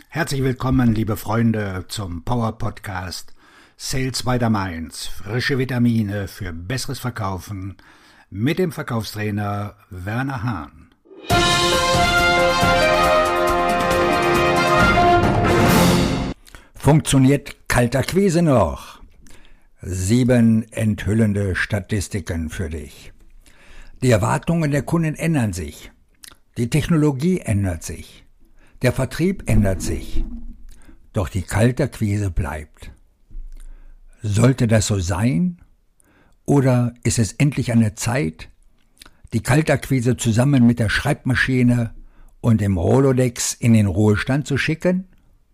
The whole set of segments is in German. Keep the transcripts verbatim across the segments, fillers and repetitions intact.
Herzlich willkommen, liebe Freunde, zum Power-Podcast Sales by the Mainz. Frische Vitamine für besseres Verkaufen mit dem Verkaufstrainer Werner Hahn. Funktioniert Kaltakquise noch? Sieben enthüllende Statistiken für dich. Die Erwartungen der Kunden ändern sich. Die Technologie ändert sich. Der Vertrieb ändert sich, doch die Kaltakquise bleibt. Sollte das so sein? Oder ist es endlich an der Zeit, die Kaltakquise zusammen mit der Schreibmaschine und dem Rolodex in den Ruhestand zu schicken?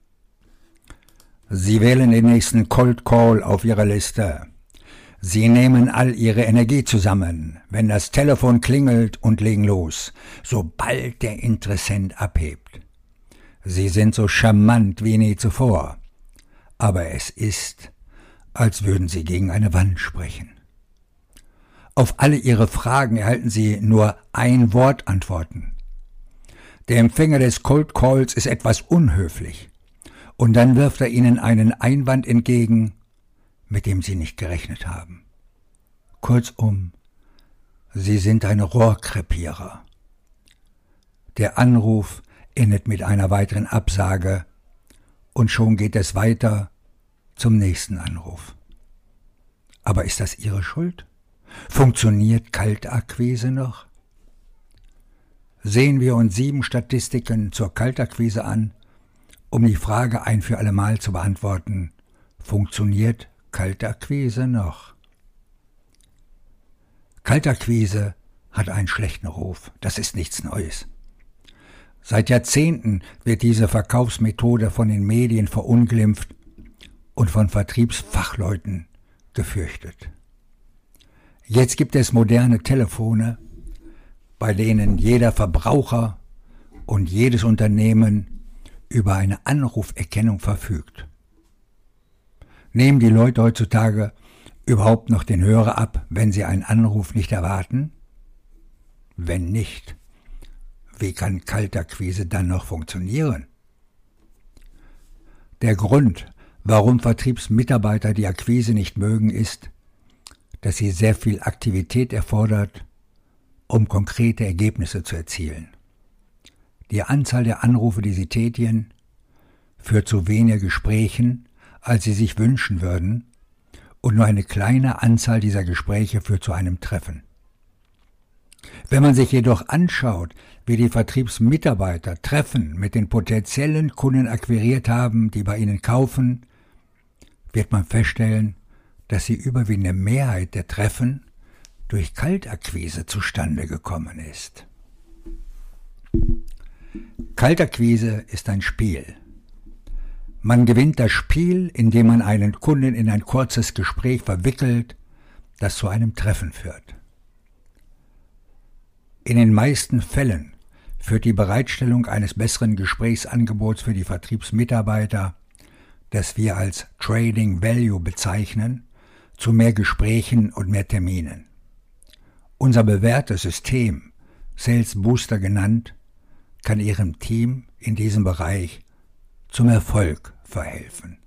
Sie wählen den nächsten Cold Call auf Ihrer Liste. Sie nehmen all Ihre Energie zusammen, wenn das Telefon klingelt und legen los, sobald der Interessent abhebt. Sie sind so charmant wie nie zuvor, aber es ist, als würden Sie gegen eine Wand sprechen. Auf alle Ihre Fragen erhalten Sie nur ein Wort Antworten. Der Empfänger des Cold Calls ist etwas unhöflich und dann wirft er Ihnen einen Einwand entgegen, mit dem Sie nicht gerechnet haben. Kurzum, Sie sind ein Rohrkrepierer. Der Anruf endet mit einer weiteren Absage und schon geht es weiter zum nächsten Anruf. Aber ist das Ihre Schuld? Funktioniert Kaltakquise noch? Sehen wir uns sieben Statistiken zur Kaltakquise an, um die Frage ein für alle Mal zu beantworten: Funktioniert Kaltakquise noch? Kaltakquise hat einen schlechten Ruf, das ist nichts Neues. Seit Jahrzehnten wird diese Verkaufsmethode von den Medien verunglimpft und von Vertriebsfachleuten gefürchtet. Jetzt gibt es moderne Telefone, bei denen jeder Verbraucher und jedes Unternehmen über eine Anruferkennung verfügt. Nehmen die Leute heutzutage überhaupt noch den Hörer ab, wenn sie einen Anruf nicht erwarten? Wenn nicht, wie kann Kaltakquise dann noch funktionieren? Der Grund, warum Vertriebsmitarbeiter die Akquise nicht mögen, ist, dass sie sehr viel Aktivität erfordert, um konkrete Ergebnisse zu erzielen. Die Anzahl der Anrufe, die sie tätigen, führt zu weniger Gesprächen, als sie sich wünschen würden, und nur eine kleine Anzahl dieser Gespräche führt zu einem Treffen. Wenn man sich jedoch anschaut, wie die Vertriebsmitarbeiter Treffen mit den potenziellen Kunden akquiriert haben, die bei ihnen kaufen, wird man feststellen, dass die überwiegende Mehrheit der Treffen durch Kaltakquise zustande gekommen ist. Kaltakquise ist ein Spiel. Man gewinnt das Spiel, indem man einen Kunden in ein kurzes Gespräch verwickelt, das zu einem Treffen führt. In den meisten Fällen führt die Bereitstellung eines besseren Gesprächsangebots für die Vertriebsmitarbeiter, das wir als Trading Value bezeichnen, zu mehr Gesprächen und mehr Terminen. Unser bewährtes System, Sales Booster genannt, kann Ihrem Team in diesem Bereich zum Erfolg verhelfen.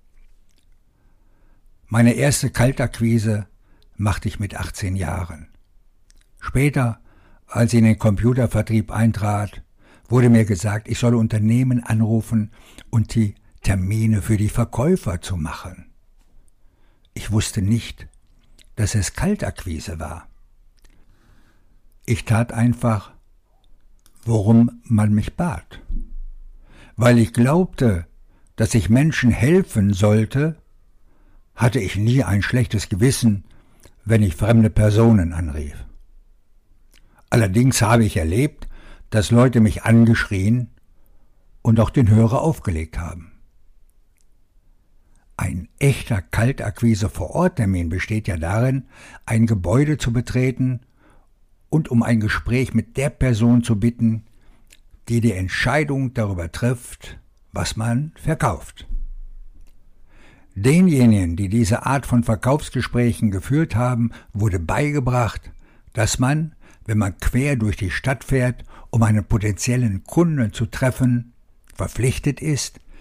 Meine erste Kaltakquise machte ich mit achtzehn Jahren. Später, als ich in den Computervertrieb eintrat, wurde mir gesagt, ich solle Unternehmen anrufen und die Termine für die Verkäufer zu machen. Ich wusste nicht, dass es Kaltakquise war. Ich tat einfach, worum man mich bat. Weil ich glaubte, dass ich Menschen helfen sollte, hatte ich nie ein schlechtes Gewissen, wenn ich fremde Personen anrief. Allerdings habe ich erlebt, dass Leute mich angeschrien und auch den Hörer aufgelegt haben. Ein echter Kaltakquise-Vor-Ort-Termin besteht ja darin, ein Gebäude zu betreten und um ein Gespräch mit der Person zu bitten, die die Entscheidung darüber trifft, was man verkauft. Denjenigen, die diese Art von Verkaufsgesprächen geführt haben, wurde beigebracht, dass man, wenn man quer durch die Stadt fährt, um einen potenziellen Kunden zu treffen, verpflichtet ist,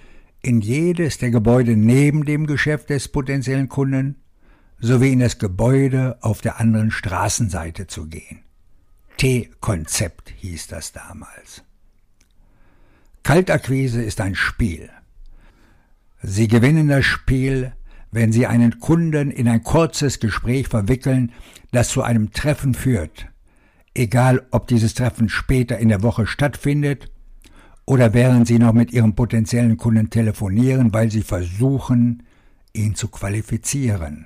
in jedes der Gebäude neben dem Geschäft des potenziellen Kunden sowie in das Gebäude auf der anderen Straßenseite zu gehen. T-Konzept hieß das damals. Kaltakquise ist ein Spiel. Sie gewinnen das Spiel, wenn Sie einen Kunden in ein kurzes Gespräch verwickeln, das zu einem Treffen führt, egal ob dieses Treffen später in der Woche stattfindet oder während Sie noch mit Ihrem potenziellen Kunden telefonieren, weil Sie versuchen, ihn zu qualifizieren.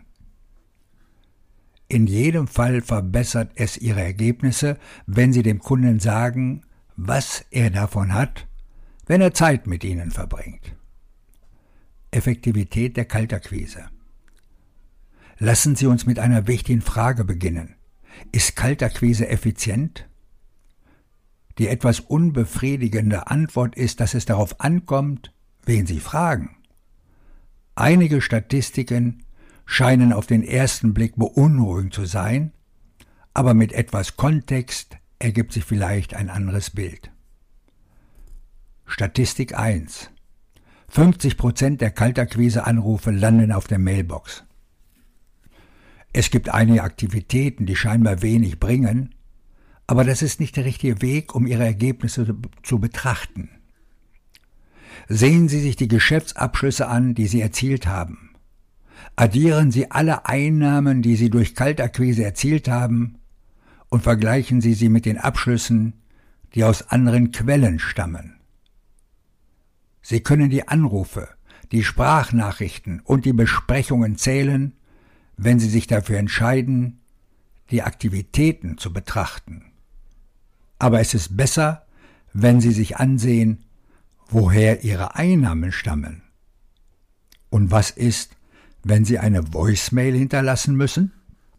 In jedem Fall verbessert es Ihre Ergebnisse, wenn Sie dem Kunden sagen, was er davon hat, wenn er Zeit mit Ihnen verbringt. Effektivität der Kaltakquise. Lassen Sie uns mit einer wichtigen Frage beginnen. Ist Kaltakquise effizient? Die etwas unbefriedigende Antwort ist, dass es darauf ankommt, wen Sie fragen. Einige Statistiken scheinen auf den ersten Blick beunruhigend zu sein, aber mit etwas Kontext ergibt sich vielleicht ein anderes Bild. Statistik eins. fünfzig Prozent der Kaltakquise-Anrufe landen auf der Mailbox. Es gibt einige Aktivitäten, die scheinbar wenig bringen, aber das ist nicht der richtige Weg, um Ihre Ergebnisse zu betrachten. Sehen Sie sich die Geschäftsabschlüsse an, die Sie erzielt haben. Addieren Sie alle Einnahmen, die Sie durch Kaltakquise erzielt haben, und vergleichen Sie sie mit den Abschlüssen, die aus anderen Quellen stammen. Sie können die Anrufe, die Sprachnachrichten und die Besprechungen zählen, wenn Sie sich dafür entscheiden, die Aktivitäten zu betrachten. Aber es ist besser, wenn Sie sich ansehen, woher Ihre Einnahmen stammen. Und was ist, wenn Sie eine Voicemail hinterlassen müssen?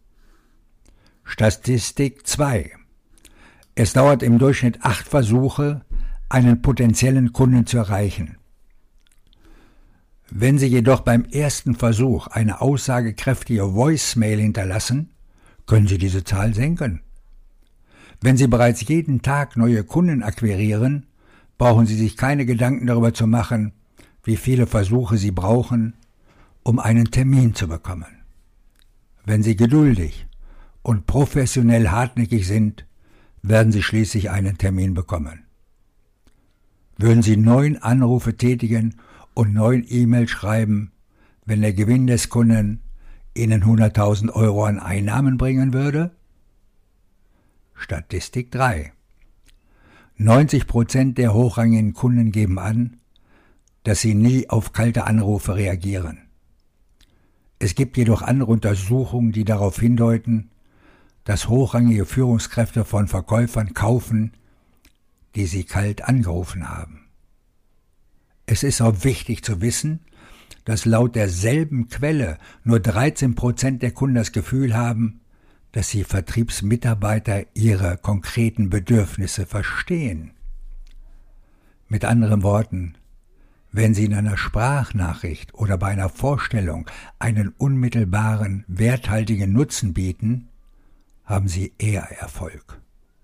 Statistik zwei. Es dauert im Durchschnitt acht Versuche, einen potenziellen Kunden zu erreichen. Wenn Sie jedoch beim ersten Versuch eine aussagekräftige Voicemail hinterlassen, können Sie diese Zahl senken. Wenn Sie bereits jeden Tag neue Kunden akquirieren, brauchen Sie sich keine Gedanken darüber zu machen, wie viele Versuche Sie brauchen, um einen Termin zu bekommen. Wenn Sie geduldig und professionell hartnäckig sind, werden Sie schließlich einen Termin bekommen. Würden Sie neun Anrufe tätigen und neun E-Mails schreiben, wenn der Gewinn des Kunden Ihnen hunderttausend Euro an Einnahmen bringen würde? Statistik drei. neunzig Prozent der hochrangigen Kunden geben an, dass sie nie auf kalte Anrufe reagieren. Es gibt jedoch andere Untersuchungen, die darauf hindeuten, dass hochrangige Führungskräfte von Verkäufern kaufen, die sie kalt angerufen haben. Es ist auch wichtig zu wissen, dass laut derselben Quelle nur dreizehn Prozent der Kunden das Gefühl haben, dass die Vertriebsmitarbeiter ihre konkreten Bedürfnisse verstehen. Mit anderen Worten, wenn Sie in einer Sprachnachricht oder bei einer Vorstellung einen unmittelbaren, werthaltigen Nutzen bieten, haben Sie eher Erfolg.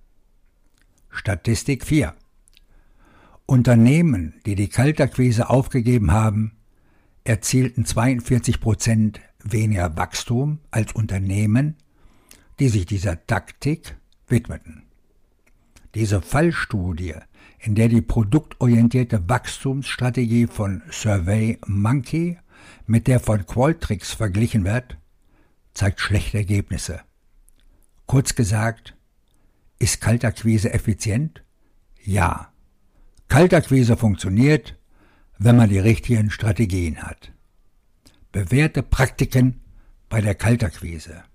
Statistik vier. Unternehmen, die die Kaltakquise aufgegeben haben, erzielten zweiundvierzig Prozent weniger Wachstum als Unternehmen, die sich dieser Taktik widmeten. Diese Fallstudie, in der die produktorientierte Wachstumsstrategie von SurveyMonkey mit der von Qualtrics verglichen wird, zeigt schlechte Ergebnisse. Kurz gesagt, ist Kaltakquise effizient? Ja. Kaltakquise funktioniert, wenn man die richtigen Strategien hat. Bewährte Praktiken bei der Kaltakquise.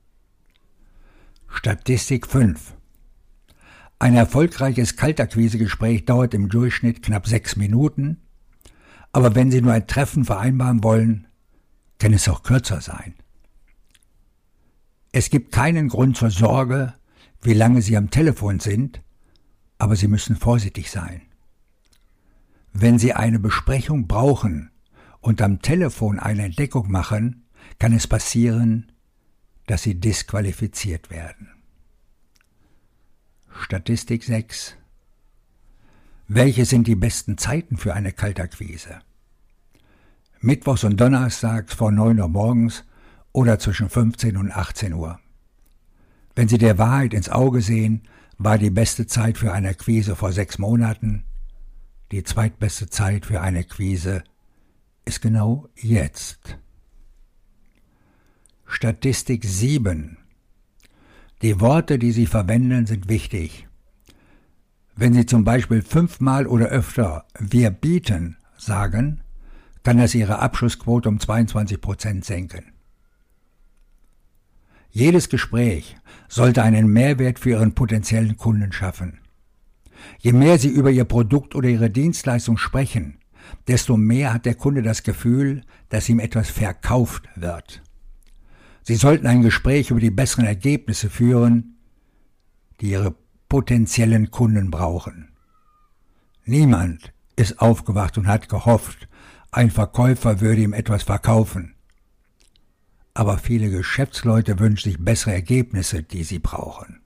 Statistik fünf. Ein erfolgreiches Kaltakquisegespräch dauert im Durchschnitt knapp sechs Minuten, aber wenn Sie nur ein Treffen vereinbaren wollen, kann es auch kürzer sein. Es gibt keinen Grund zur Sorge, wie lange Sie am Telefon sind, aber Sie müssen vorsichtig sein. Wenn Sie eine Besprechung brauchen und am Telefon eine Entdeckung machen, kann es passieren, dass Sie disqualifiziert werden. Statistik sechs. Welche sind die besten Zeiten für eine Kaltakquise? mittwochs und donnerstags vor neun Uhr morgens oder zwischen fünfzehn und achtzehn Uhr. Wenn Sie der Wahrheit ins Auge sehen, war die beste Zeit für eine Akquise vor sechs Monaten. Die zweitbeste Zeit für eine Akquise ist genau jetzt. Statistik sieben. Die Worte, die Sie verwenden, sind wichtig. Wenn Sie zum Beispiel fünfmal oder öfter „wir bieten“ sagen, kann das Ihre Abschlussquote um zweiundzwanzig Prozent senken. Jedes Gespräch sollte einen Mehrwert für Ihren potenziellen Kunden schaffen. Je mehr Sie über Ihr Produkt oder Ihre Dienstleistung sprechen, desto mehr hat der Kunde das Gefühl, dass ihm etwas verkauft wird. Sie sollten ein Gespräch über die besseren Ergebnisse führen, die Ihre potenziellen Kunden brauchen. Niemand ist aufgewacht und hat gehofft, ein Verkäufer würde ihm etwas verkaufen. Aber viele Geschäftsleute wünschen sich bessere Ergebnisse, die sie brauchen.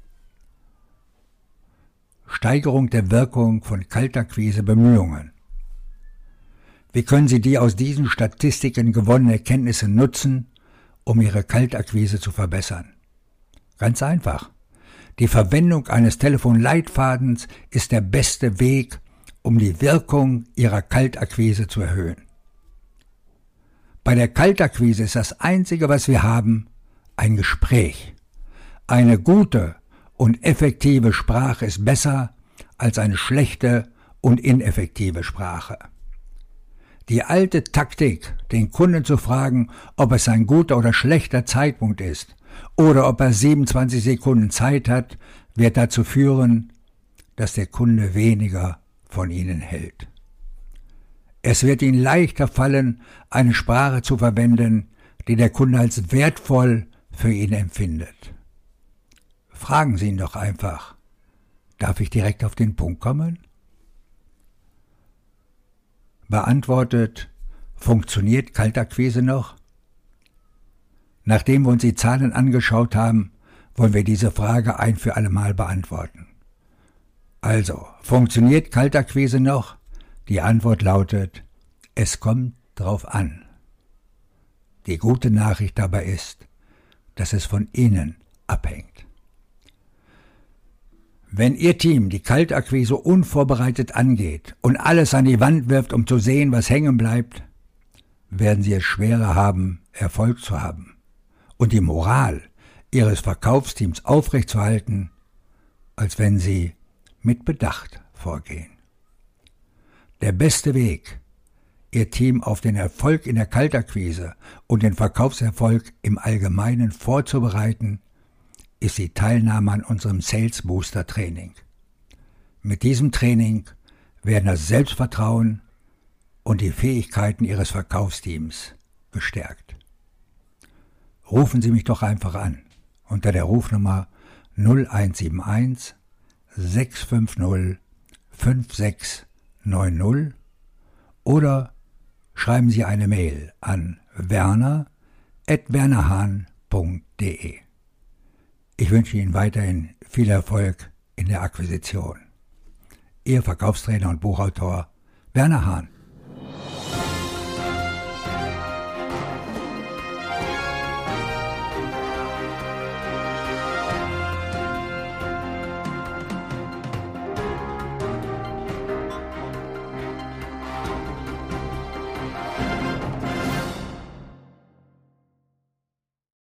Steigerung der Wirkung von Kaltakquise-Bemühungen. Wie können Sie die aus diesen Statistiken gewonnenen Erkenntnisse nutzen, um Ihre Kaltakquise zu verbessern? Ganz einfach. Die Verwendung eines Telefonleitfadens ist der beste Weg, um die Wirkung Ihrer Kaltakquise zu erhöhen. Bei der Kaltakquise ist das Einzige, was wir haben, ein Gespräch. Eine gute und effektive Sprache ist besser als eine schlechte und ineffektive Sprache. Die alte Taktik, den Kunden zu fragen, ob es ein guter oder schlechter Zeitpunkt ist oder ob er siebenundzwanzig Sekunden Zeit hat, wird dazu führen, dass der Kunde weniger von Ihnen hält. Es wird Ihnen leichter fallen, eine Sprache zu verwenden, die der Kunde als wertvoll für ihn empfindet. Fragen Sie ihn doch einfach: Darf ich direkt auf den Punkt kommen? Beantwortet: Funktioniert Kaltakquise noch? Nachdem wir uns die Zahlen angeschaut haben, wollen wir diese Frage ein für alle Mal beantworten. Also, funktioniert Kaltakquise noch? Die Antwort lautet: Es kommt drauf an. Die gute Nachricht dabei ist, dass es von Ihnen abhängt. Wenn Ihr Team die Kaltakquise unvorbereitet angeht und alles an die Wand wirft, um zu sehen, was hängen bleibt, werden Sie es schwerer haben, Erfolg zu haben und die Moral Ihres Verkaufsteams aufrechtzuerhalten, als wenn Sie mit Bedacht vorgehen. Der beste Weg, Ihr Team auf den Erfolg in der Kaltakquise und den Verkaufserfolg im Allgemeinen vorzubereiten, ist die Teilnahme an unserem Sales Booster Training. Mit diesem Training werden das Selbstvertrauen und die Fähigkeiten Ihres Verkaufsteams gestärkt. Rufen Sie mich doch einfach an unter der Rufnummer null eins sieben eins sechs fünf null fünf sechs neun null oder schreiben Sie eine Mail an werner at wernerhahn punkt de. Ich wünsche Ihnen weiterhin viel Erfolg in der Akquisition. Ihr Verkaufstrainer und Buchautor Werner Hahn.